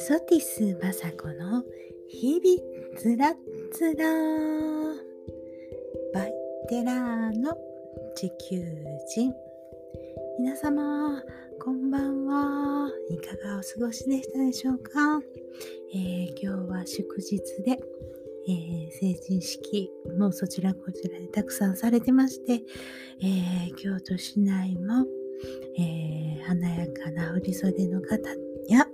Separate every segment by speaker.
Speaker 1: ソティス雅子の日々つらつらバイテラーの地球人。皆様こんばんは。いかがお過ごしでしたでしょうか。今日は祝日で、成人式もそちらこちらでたくさんされてまして、京都市内も、華やかな振袖の方や、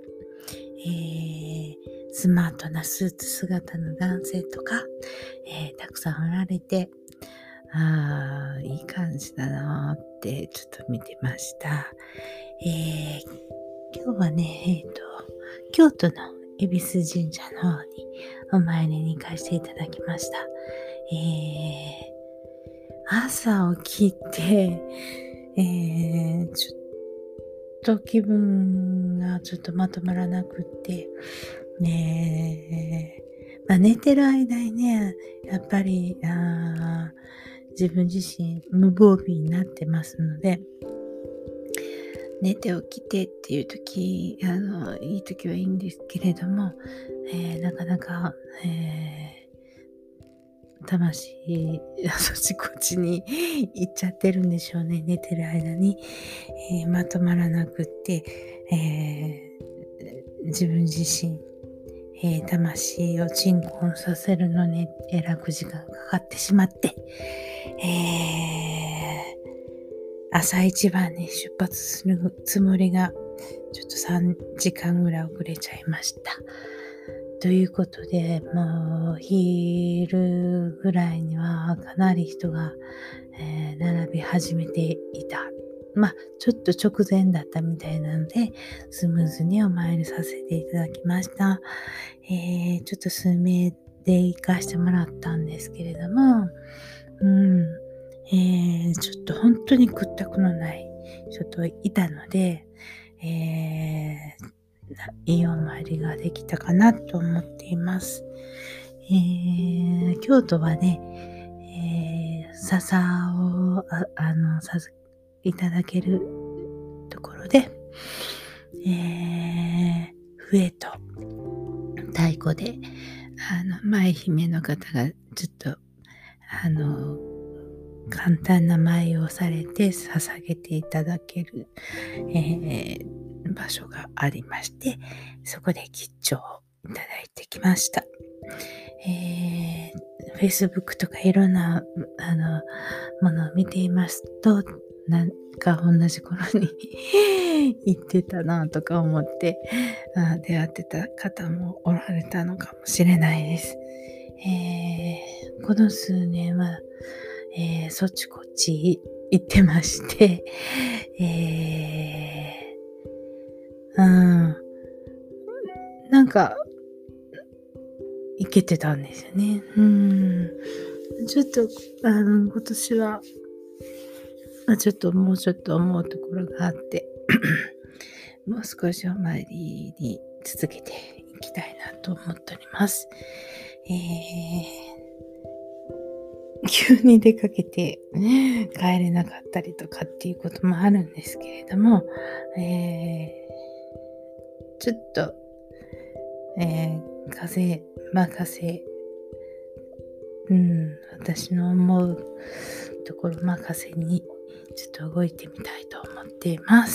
Speaker 1: スマートなスーツ姿の男性とか、たくさんおられて、いい感じだなーってちょっと見てました。今日はね、京都の恵比寿神社の方にお参りに行かせていただきました。朝起きて、ちょっと気分がちょっとまとまらなくって、寝てる間にね、やっぱり自分自身無防備になってますので、寝て起きてっていう時、いい時はいいんですけれども、なかなか、魂、そっちこっちに行っちゃってるんでしょうね。寝てる間に、まとまらなくって、自分自身、魂を鎮魂させるのにえらく時間がかかってしまって、朝一番に出発するつもりがちょっと3時間ぐらい遅れちゃいました。ということで、もう昼ぐらいにはかなり人が、並び始めていた。ちょっと直前だったみたいなので、スムーズにお参りさせていただきました。ちょっと数名で行かしてもらったんですけれども、ちょっと本当に屈託のない人といたので、いいお参りができたかなと思っています。京都はね、笹をいただけるところで、笛と太鼓で舞姫の方がちょっと簡単な舞をされて捧げていただける、場所がありまして、そこで吉兆をいただいてきました。Facebook とかいろんなものを見ていますと、なんか同じ頃に行ってたなとか思って、出会ってた方もおられたのかもしれないです。この数年は、そっちこっち行ってまして、なんか行けてたんですよね。ちょっと今年はもうちょっと思うところがあってもう少しお参りに続けていきたいなと思っております。急に出かけて帰れなかったりとかっていうこともあるんですけれども、ちょっと、風任せ、私の思うところ任せにちょっと動いてみたいと思っています。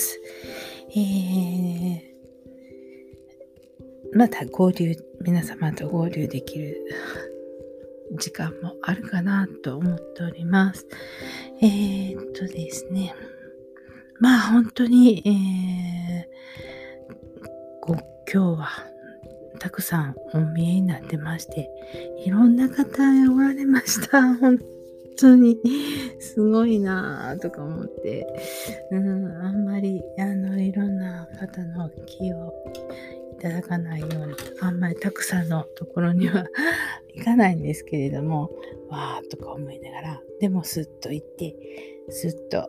Speaker 1: また皆様と合流できる時間もあるかなと思っております。ですね。本当に、今日はたくさんお見えになってまして、いろんな方おられました。本当にすごいなとか思って、あんまりいろんな方の気をいただかないように、あんまりたくさんのところには行かないんですけれども、わーとか思いながら、でもスッと行って、スッと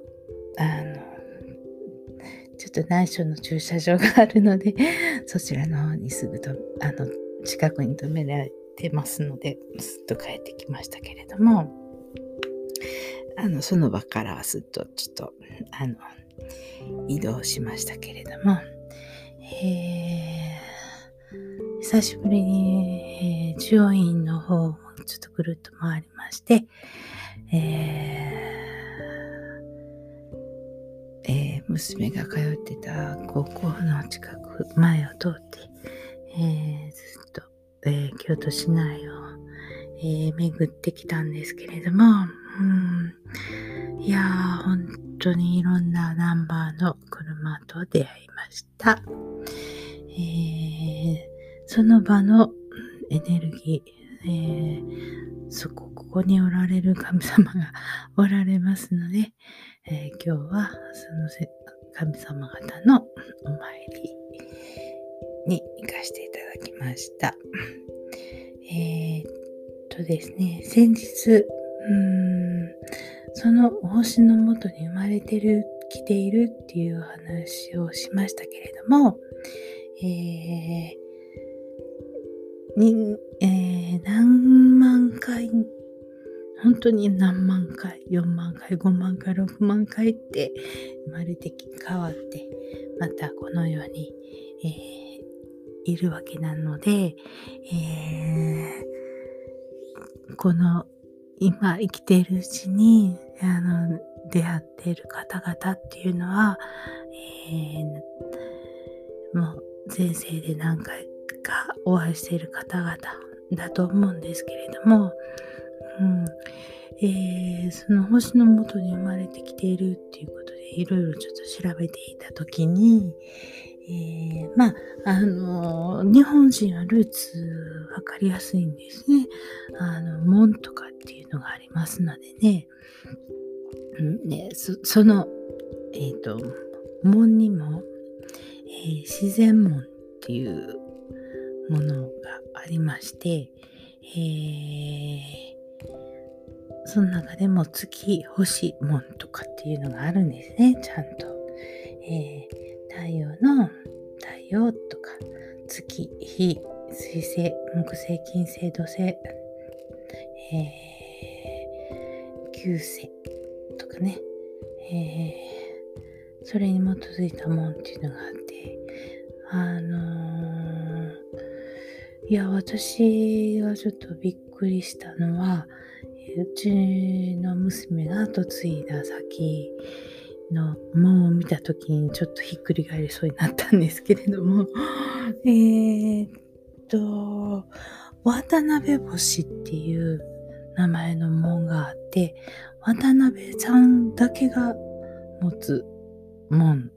Speaker 1: ちょっと内緒の駐車場があるのでそちらの方にすぐと近くに止められてますので、すっと帰ってきましたけれども、その場からはすっとちょっと移動しましたけれども、 久しぶりに、中央院の方をちょっとぐるっと回りまして、娘が通ってた高校の近く前を通って、ずっと、京都市内を、巡ってきたんですけれども、いやー、本当にいろんなナンバーの車と出会いました。その場のエネルギー、ここにおられる神様がおられますので、今日はその神様方のお参りに行かせていただきました。ですね、先日、その星のもとに生まれてきているっていう話をしましたけれども、何万回、本当に何万回、4万回、5万回、6万回って生まれて変わって、またこの世に、いるわけなので、この今生きているうちに出会っている方々っていうのは、もう前世で何回かお会いしている方々だと思うんですけれども、その星の元に生まれてきているっていうことでいろいろちょっと調べていたときに、日本人はルーツわかりやすいんですね。門とかっていうのがありますのでね。その、門にも、自然門っていうものがありまして、その中でも月、星、門とかっていうのがあるんですね、ちゃんと。太陽とか、月、火、水星、木星、金星、土星、九星とかね、それに基づいた門っていうのがあって、私がちょっとびっくりしたのは、うちの娘が嫁いだ先の門を見たときにちょっとひっくり返りそうになったんですけれども、渡辺星っていう名前の門があって、渡辺さんだけが持つ門、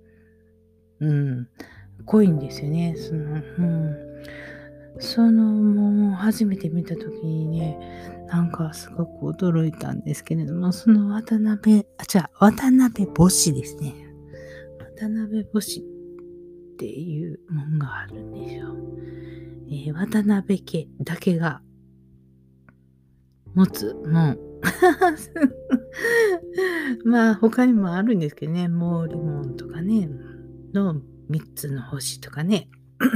Speaker 1: 濃いんですよね。その門を初めて見たときにね、なんかすごく驚いたんですけれども、その渡辺母子ですね。渡辺母子っていう門があるんですよ。渡辺家だけが持つ門。他にもあるんですけどね、毛利門とかね、の3つの星とかね。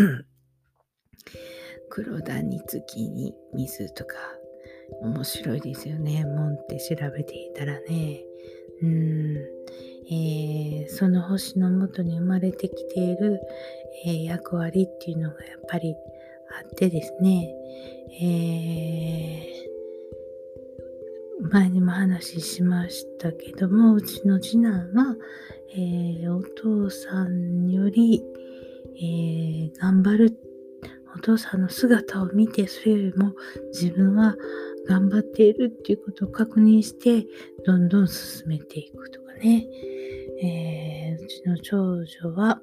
Speaker 1: 黒田に月に水とか面白いですよね。門って調べていたらね。その星の元に生まれてきている、役割っていうのがやっぱりあってですね。前にも話しましたけども、うちの次男は、お父さんより、頑張る、お父さんの姿を見て、それよりも自分は頑張っているっていうことを確認して、どんどん進めていくとかね。うちの長女は、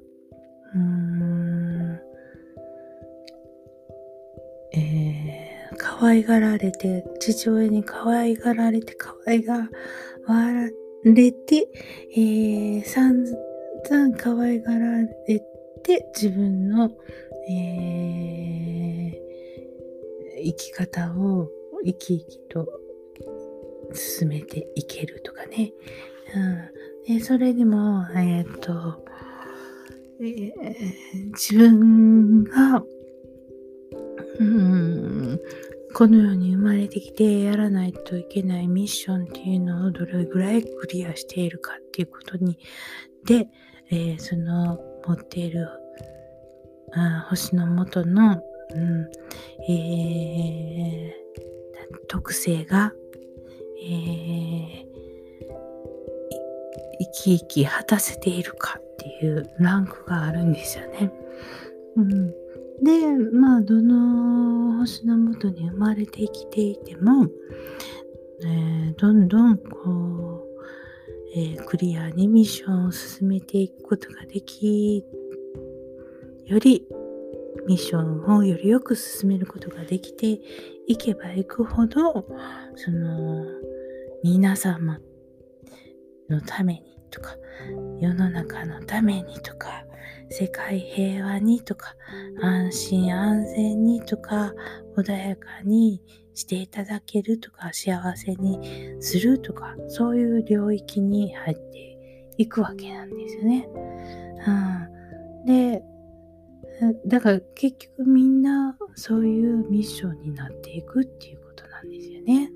Speaker 1: 可愛がられて、父親に可愛がられて、散々可愛がられて、自分の、生き方を生き生きと進めていけるとかね。でそれでも、自分が、この世に生まれてきてやらないといけないミッションっていうのをどれぐらいクリアしているかっていうことに、その持っている星の元のうん、え特性が、えー生き生き果たせているかっていうランクがあるんですよね。うん、で、どの星のもとに生まれて生きていても、どんどんクリアにミッションを進めていくことができ、よりミッションをよりよく進めることができていけばいくほど、その皆様のためにとか、世の中のためにとか、世界平和にとか、安心安全にとか、穏やかにしていただけるとか、幸せにするとか、そういう領域に入っていくわけなんですよね。で、だから結局みんなそういうミッションになっていくっていうことなんですよね。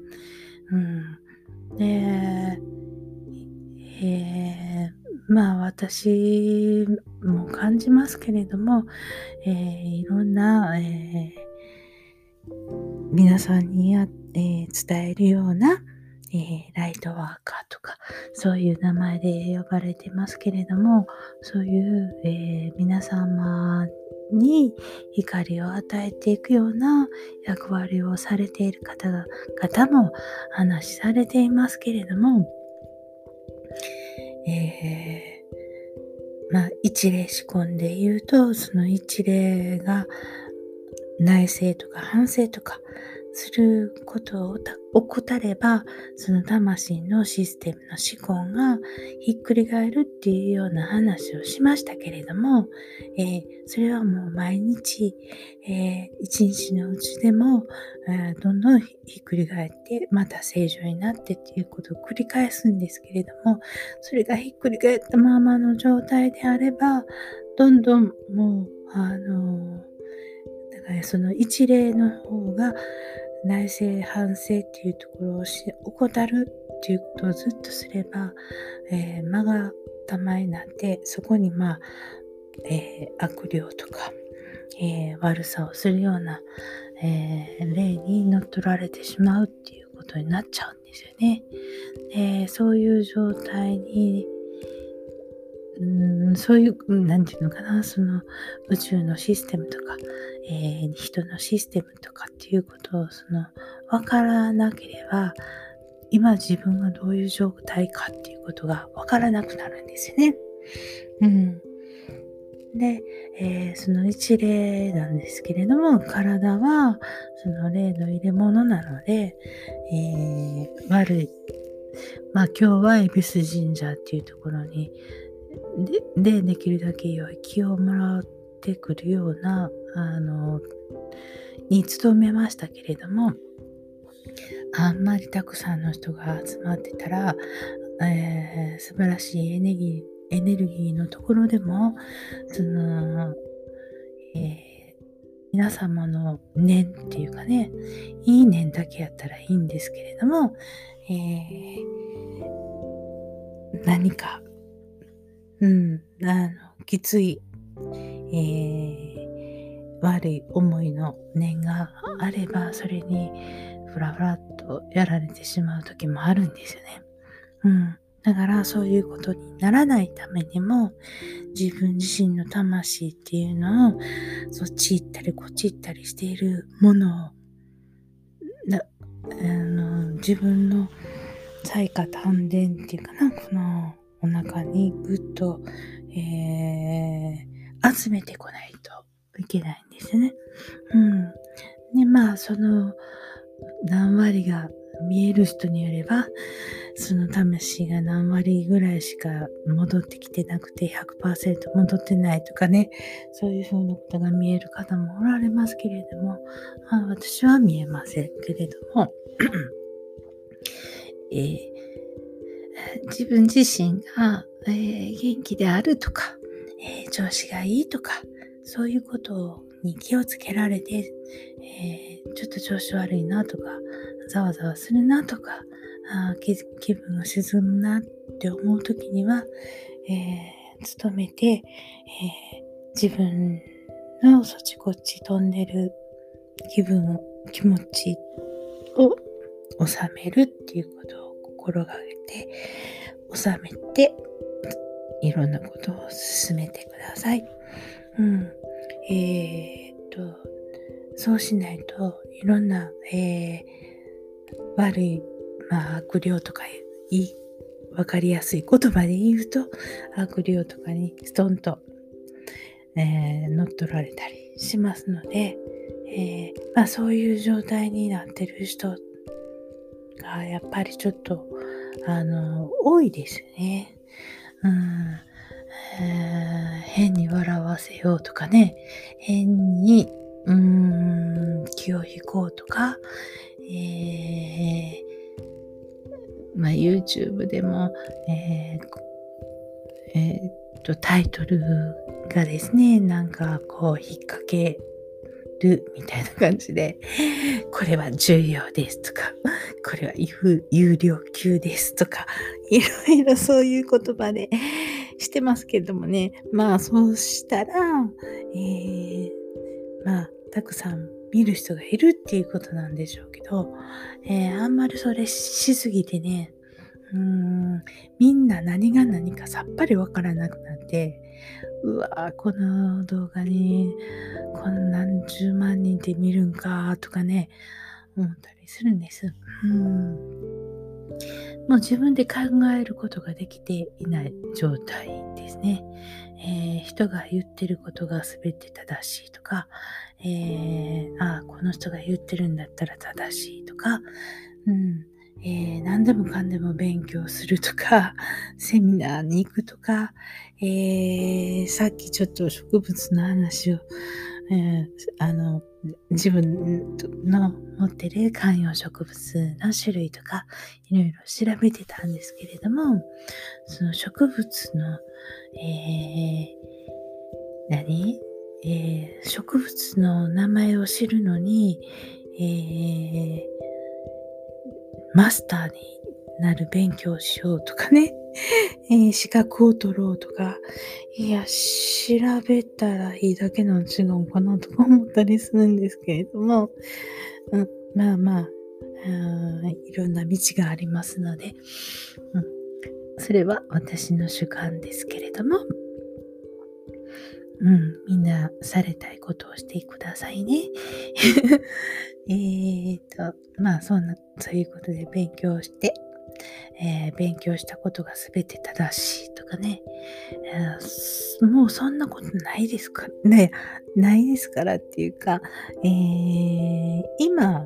Speaker 1: で、私も感じますけれども、いろんな、皆さんに伝えるような、ライトワーカーとか、そういう名前で呼ばれてますけれども、そういう、皆様に光を与えていくような役割をされている方も話しされていますけれども、一例仕込んで言うと、その一例が内省とか反省とかすることを怠れば、その魂のシステムの思考がひっくり返るっていうような話をしましたけれども、それはもう毎日、一日のうちでも、どんどんひっくり返って、また正常になってっていうことを繰り返すんですけれども、それがひっくり返ったままの状態であれば、どんどんもう、だからその一例の方が内省反省っていうところを怠るっていうことをずっとすれば、間が玉になってそこに悪霊とか、悪さをするような、例に乗っ取られてしまうっていうことになっちゃうんですよね。で、そういう状態にそういう、なんていうのかな、その宇宙のシステムとか、人のシステムとかっていうことを分からなければ、今自分がどういう状態かっていうことが分からなくなるんですよね。うん。で、その一例なんですけれども、体はその霊の入れ物なので、悪い。今日は恵比寿神社っていうところにできるだけ良い気をもらってくるような、に努めましたけれども、あんまりたくさんの人が集まってたら、素晴らしいエネルギーのところでも、その、皆様の念っていうかね、いい念だけやったらいいんですけれども、何かきつい、悪い思いの念があれば、それにふらふらっとやられてしまう時もあるんですよね。だからそういうことにならないためにも、自分自身の魂っていうのを、そっち行ったりこっち行ったりしているものを、自分の最下丹田っていうかな、このお腹にぐっと、集めてこないといけないんですね。で、その何割が見える人によれば、その魂が何割ぐらいしか戻ってきてなくて 100% 戻ってないとかね、そういうふうなことが見える方もおられますけれども、私は見えませんけれども、自分自身が、元気であるとか、調子がいいとか、そういうことに気をつけられて、ちょっと調子悪いなとか、ざわざわするなとか、気分が沈むなって思うときには、努めて、自分のそっちこっち飛んでる気持ちを収めるっていうことを心がけて、収めて、いろんなことを進めてください。そうしないといろんな、悪い、悪霊とかわかりやすい言葉で言うと、悪霊とかにストンと、乗っ取られたりしますので、そういう状態になってる人がやっぱりちょっと多いですね。変に笑わせようとかね、変に気を引こうとか、YouTube でも、タイトルがですね、なんかこう引っ掛けるみたいな感じで、これは重要ですとか、これは有料級ですとか、いろいろそういう言葉でしてますけどもね、そうしたら、たくさん見る人がいるっていうことなんでしょうけど、あんまりそれしすぎてね、みんな何が何かさっぱりわからなくなって、この動画にこん何十万人で見るんかとかね、思ったりするんです。もう自分で考えることができていない状態ですね。人が言ってることが全て正しいとか、この人が言ってるんだったら正しいとか、何でもかんでも勉強するとか、セミナーに行くとか、さっきちょっと植物の話を、自分の持ってる観葉植物の種類とか、いろいろ調べてたんですけれども、その植物の、植物の名前を知るのに、マスターになる勉強をしようとかね、資格を取ろうとか、調べたらいいだけなん違うかなとか思ったりするんですけれども、いろんな道がありますので、それは私の主観ですけれども、みんなされたいことをしてくださいね。そういうことで勉強して、勉強したことが全て正しいとかね、もうそんなことないですかね、ないですからっていうか、今、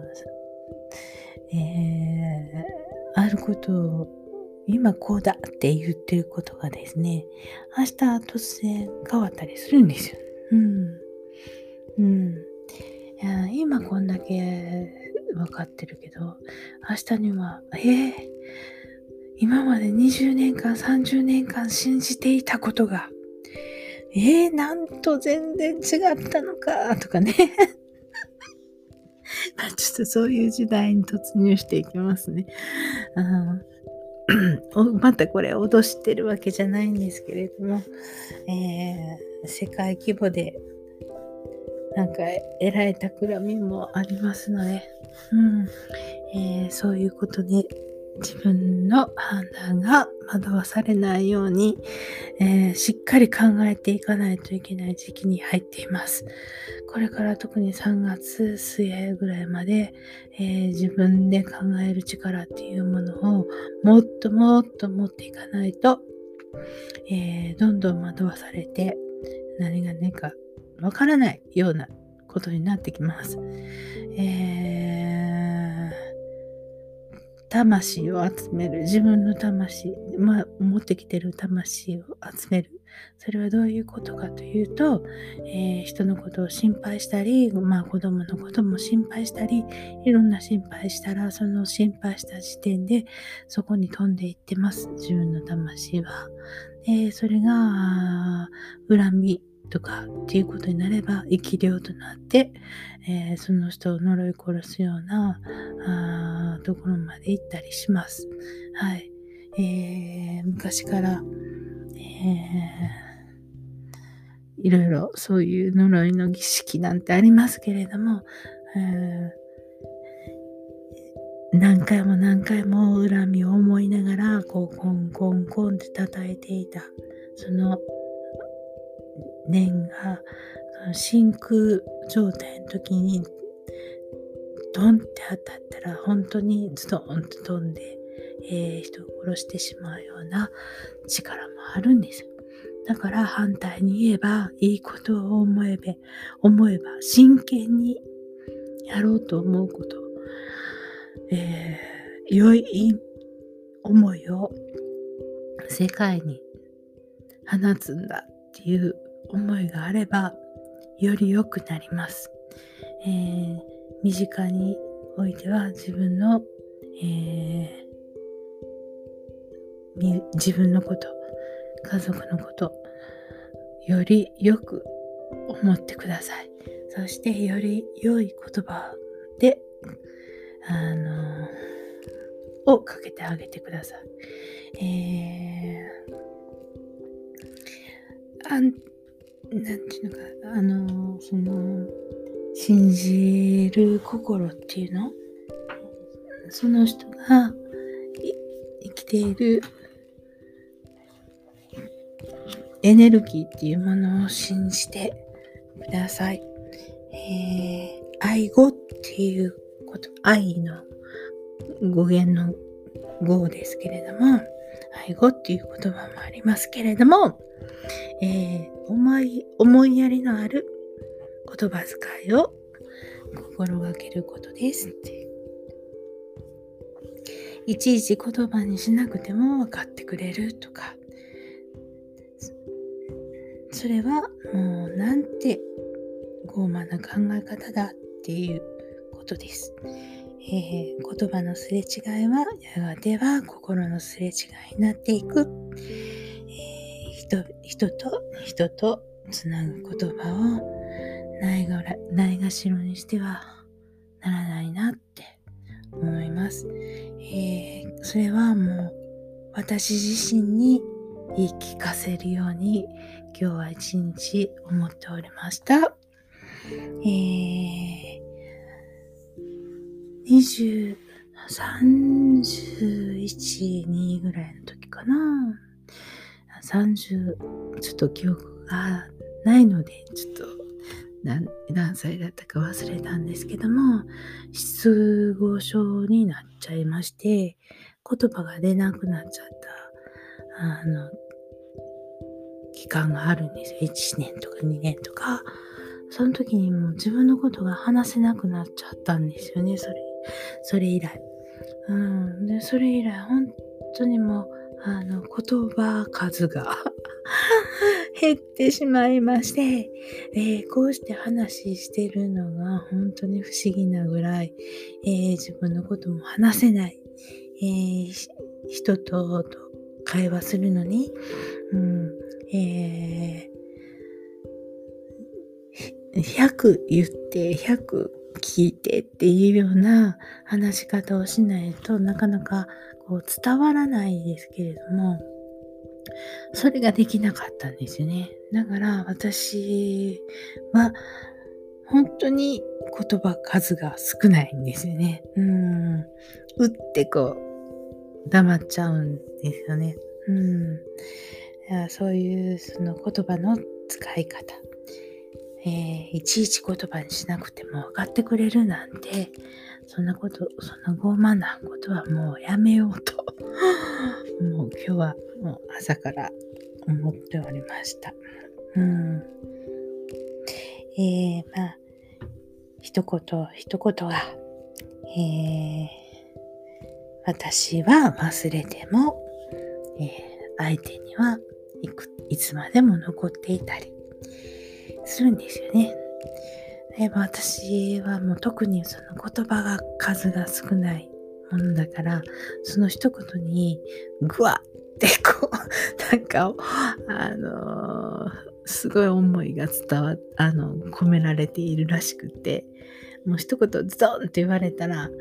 Speaker 1: あることを今こうだって言ってることがですね、明日突然変わったりするんですよ。今こんだけ分かってるけど、明日には、今まで20年間、30年間信じていたことが、なんと全然違ったのか、とかね。ちょっとそういう時代に突入していきますね。またこれ脅してるわけじゃないんですけれども、世界規模でなんかえらい企みもありますので、そういうことで自分の判断が惑わされないように、しっかり考えていかないといけない時期に入っています。これから特に3月末ぐらいまで、自分で考える力っていうものをもっともっと持っていかないと、どんどん惑わされて何がねかわからないようなことになってきます。魂を集める。自分の魂、持ってきてる魂を集める。それはどういうことかというと、人のことを心配したり、子供のことも心配したり、いろんな心配したら、その心配した時点でそこに飛んでいってます。自分の魂は。それが、恨みとかっていうことになれば、生き量となって、その人を呪い殺すようなところまで行ったりします。はい。昔から、いろいろそういう呪いの儀式なんてありますけれども、 何回も何回も恨みを思いながらこうコンコンコンって叩いていたその念がその真空状態の時にドンって当たったら本当にズドンって飛んで、人を殺してしまうような力もあるんですよ。だから反対に言えばいいことを思えば真剣にやろうと思うこと、良い思いを世界に放つんだっていう思いがあればより良くなります。身近においては自分のこと、家族のことよりよく思ってください。そしてより良い言葉でをかけてあげてください。なんていうのか、その信じる心っていうの、その人が生きているエネルギーっていうものを信じてください。愛語っていうこと、愛の語源の語ですけれども、愛語っていう言葉もありますけれども、思いやりのある言葉遣いを心がけることですって。いちいち言葉にしなくても分かってくれるとか、それはもうなんて傲慢な考え方だっていうことです。言葉のすれ違いはやがては心のすれ違いになっていく。人と人とつなぐ言葉をないがしろにしてはならないなって思います。それはもう私自身に言い聞かせるように今日は一日思っておりました。31、2ぐらいの時かな。30、ちょっと記憶がないので、ちょっと何歳だったか忘れたんですけども、失語症になっちゃいまして、言葉が出なくなっちゃった、期間があるんですよ。1年とか2年とか。その時にもう自分のことが話せなくなっちゃったんですよね、それ以来。で、それ以来、本当にもう、言葉数が減ってしまいまして、こうして話してるのが本当に不思議なぐらい、自分のことも話せない、人と会話するのに、100言って100聞いてっていうような話し方をしないとなかなかこう伝わらないですけれども、それができなかったんですよね。だから私は本当に言葉数が少ないんですよね。打ってこう黙っちゃうんですよね。そういうその言葉の使い方、いちいち言葉にしなくても分かってくれるなんて、その傲慢なことはもうやめようともう今日はもう朝から思っておりました。一言が、私は忘れても、相手にはいつまでも残っていたりするんですよね。私はもう特にその言葉が数が少ないものだから、その一言にぐわってこうなんかすごい思いが込められているらしくて、もう一言ズドンって言われたら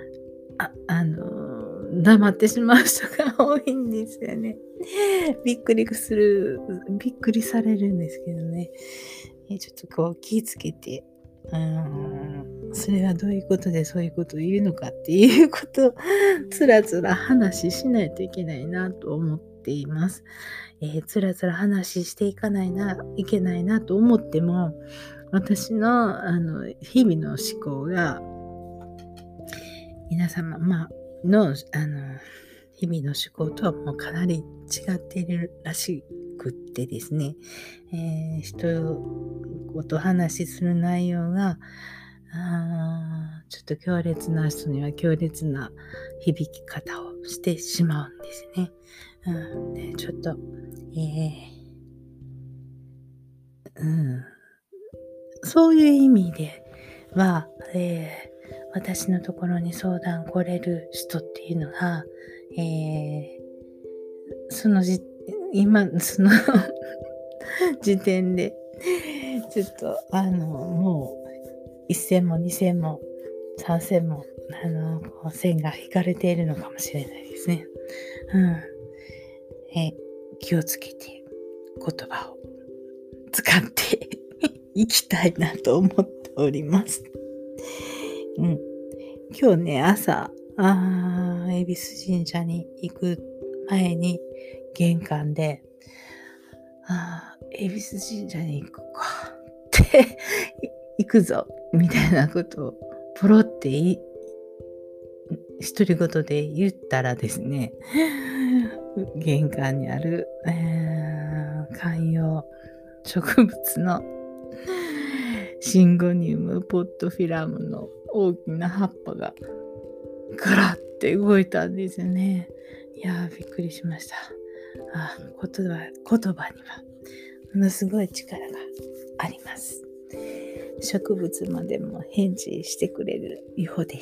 Speaker 1: 黙ってしまう人が多いんですよね。びっくりされるんですけどね。ちょっとこう気ぃつけて、 それはどういうことでそういうことを言うのかっていうことをつらつら話しないといけないなと思っています。つらつら話していかないいけないなと思っても、私の日々の思考が皆様、日々の思考とはもうかなり違っているらしくってですね、人と話しする内容が、ちょっと強烈な人には強烈な響き方をしてしまうんですね。でちょっと、うん、そういう意味では、私のところに相談来れる人っていうのが、その今、その時点で、ちょっと、もう、1000も2000も3000も、こう線が引かれているのかもしれないですね。うん。気をつけて言葉を使っていきたいなと思っております。うん。今日ね、朝、恵比寿神社に行く前に、玄関で、恵比寿神社に行くかって行くぞみたいなことをポロって独り言で言ったらですね、玄関にある、観葉植物のシンゴニウムポットフィラムの大きな葉っぱがガラッて動いたんですよね。いやー、びっくりしました。言葉にはものすごい力があります。植物までも返事してくれるようです。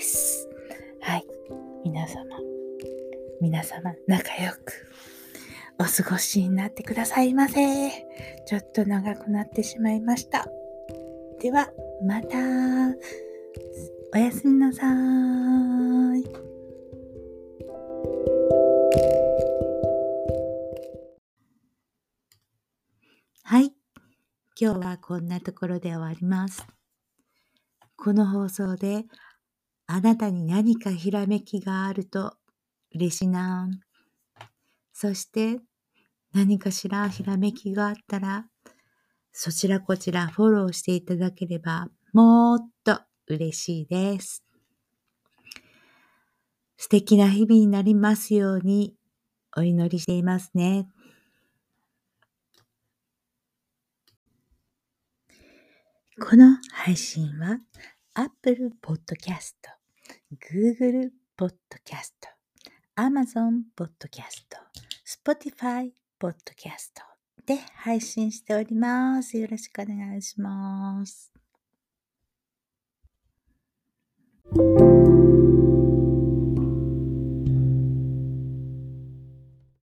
Speaker 1: はい。皆様、仲良くお過ごしになってくださいませ。ちょっと長くなってしまいました。では、また。おやすみなさーい。はい。今日はこんなところで終わります。この放送であなたに何かひらめきがあると嬉しいな。そして何かしらひらめきがあったら、そちらこちらフォローしていただければもっと嬉しいです。素敵な日々になりますようにお祈りしていますね。この配信は Apple Podcast、Google Podcast、Amazon Podcast、Spotify Podcast で配信しております。よろしくお願いします。